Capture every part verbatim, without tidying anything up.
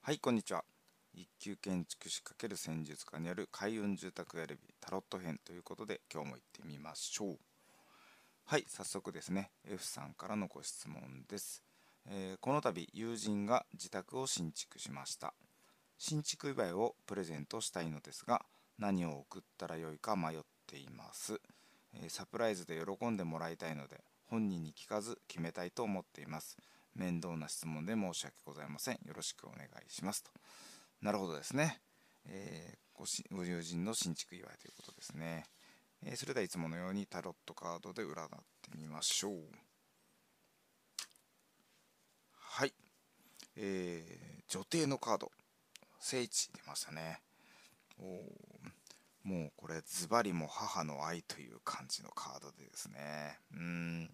はい、こんにちは。一級建築士×戦術家による開運住宅選びタロット編ということで今日も行ってみましょう。はい、早速ですね、F さんからのご質問です。えーこの度、友人が自宅を新築しました。新築祝いをプレゼントしたいのですが、何を送ったらよいか迷っています。えーサプライズで喜んでもらいたいので、本人に聞かず決めたいと思っています。面倒な質問で申し訳ございません。よろしくお願いしますと。なるほどですね。えーごしご友人の新築祝いということですね。えーそれではいつものようにタロットカードで占ってみましょう。はい。えー、女帝のカード、聖地出ましたね。おーもうこれズバリも母の愛という感じのカードでですね。うーん。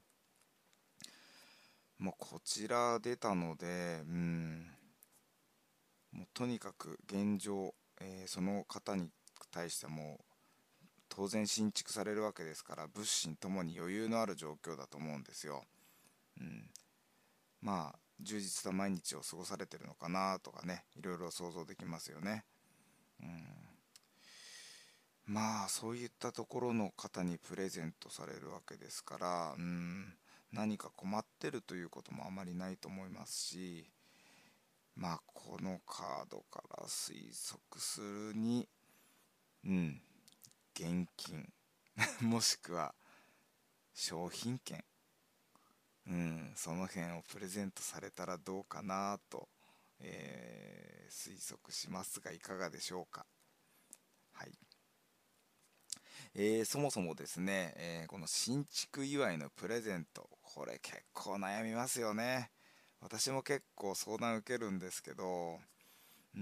もうこちら出たので、うーん。もうとにかく現状、えーその方に対しても当然新築されるわけですから物心ともに余裕のある状況だと思うんですよ。うん、まあ充実した毎日を過ごされてるのかなとかね、いろいろ想像できますよね。うん、まあそういったところの方にプレゼントされるわけですから、うん、何か困ってるということもあまりないと思いますし、まあこのカードから推測するに、うん、現金もしくは商品券、うん、その辺をプレゼントされたらどうかなと、えー推測しますがいかがでしょうか。はい。えーそもそもですね、えーこの新築祝いのプレゼント、これ結構悩みますよね。私も結構相談受けるんですけど、うん、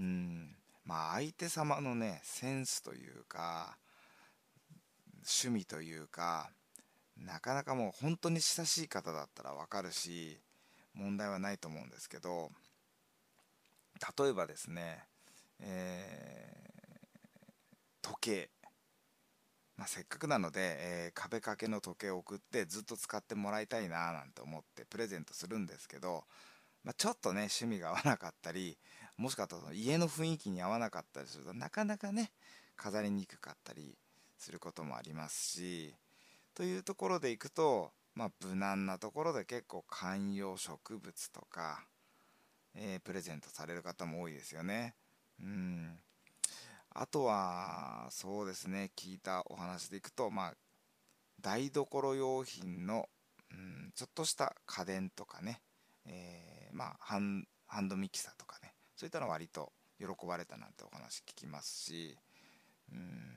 まあ相手様のね、センスというか、趣味というか、なかなかもう本当に親しい方だったらわかるし、問題はないと思うんですけど、例えばですね、えー時計、まあ、せっかくなので、えー壁掛けの時計を送ってずっと使ってもらいたいななんて思ってプレゼントするんですけど、まあ、ちょっとね趣味が合わなかったり、もしかしたら家の雰囲気に合わなかったりするとなかなかね飾りにくかったりすることもありますし、というところでいくと、まあ、無難なところで結構観葉植物とか、えープレゼントされる方も多いですよね。うんあとは、そうですね、聞いたお話でいくと、まあ、台所用品の、うん、ちょっとした家電とかね、えーまあハン、ハンドミキサーとかね、そういったのは割と喜ばれたなんてお話聞きますし、うん、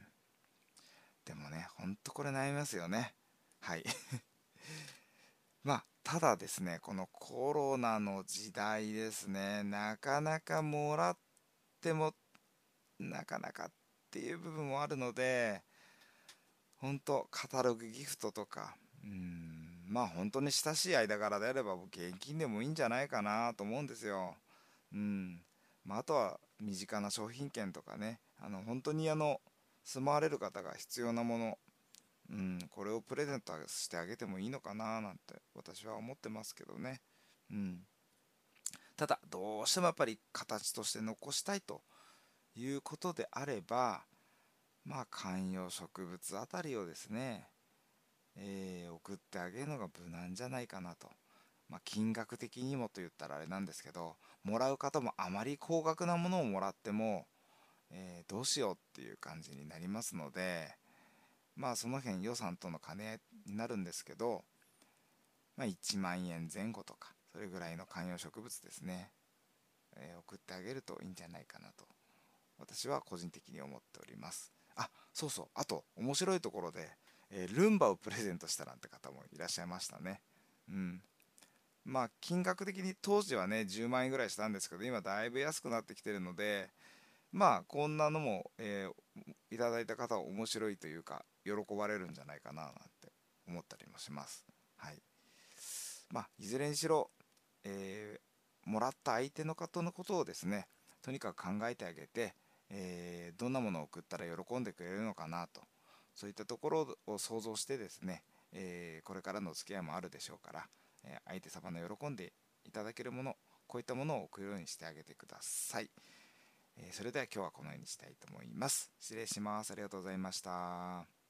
でもね、ほんとこれ悩みますよね。はい。まあ、ただですね、このコロナの時代ですね、なかなかもらってもなかなかっていう部分もあるので、本当カタログギフトとか、うーん、まあ本当に親しい間柄であれば現金でもいいんじゃないかなと思うんですよ。うん。まああとは身近な商品券とかね、あの本当にあの住まわれる方が必要なもの、うん、これをプレゼントしてあげてもいいのかななんて私は思ってますけどね。うん。ただどうしてもやっぱり形として残したいということであれば、まあ観葉植物あたりをですね、えー送ってあげるのが無難じゃないかなと。まあ、金額的にもと言ったらあれなんですけど、もらう方もあまり高額なものをもらっても、えーどうしようっていう感じになりますので、まあその辺予算との兼ね合いになるんですけど、まあ、いちまん円前後とかそれぐらいの観葉植物ですね、えー送ってあげるといいんじゃないかなと私は個人的に思っております。あ、そうそう、あと面白いところで、えールンバをプレゼントしたなんて方もいらっしゃいましたね。うん。まあ金額的に当時はねじゅうまん円ぐらいしたんですけど、今だいぶ安くなってきてるので、まあこんなのも、えーいただいた方は面白いというか喜ばれるんじゃないかななんて思ったりもします。はい。まあいずれにしろ、えーもらった相手の方のことをですね、とにかく考えてあげて、えーどんなものを送ったら喜んでくれるのかなと、そういったところを想像してですね、えーこれからの付き合いもあるでしょうから、えー相手様の喜んでいただけるもの、 こういったものを送るようにしてあげてください。えーそれでは今日はこのようにしたいと思います。失礼します。ありがとうございました。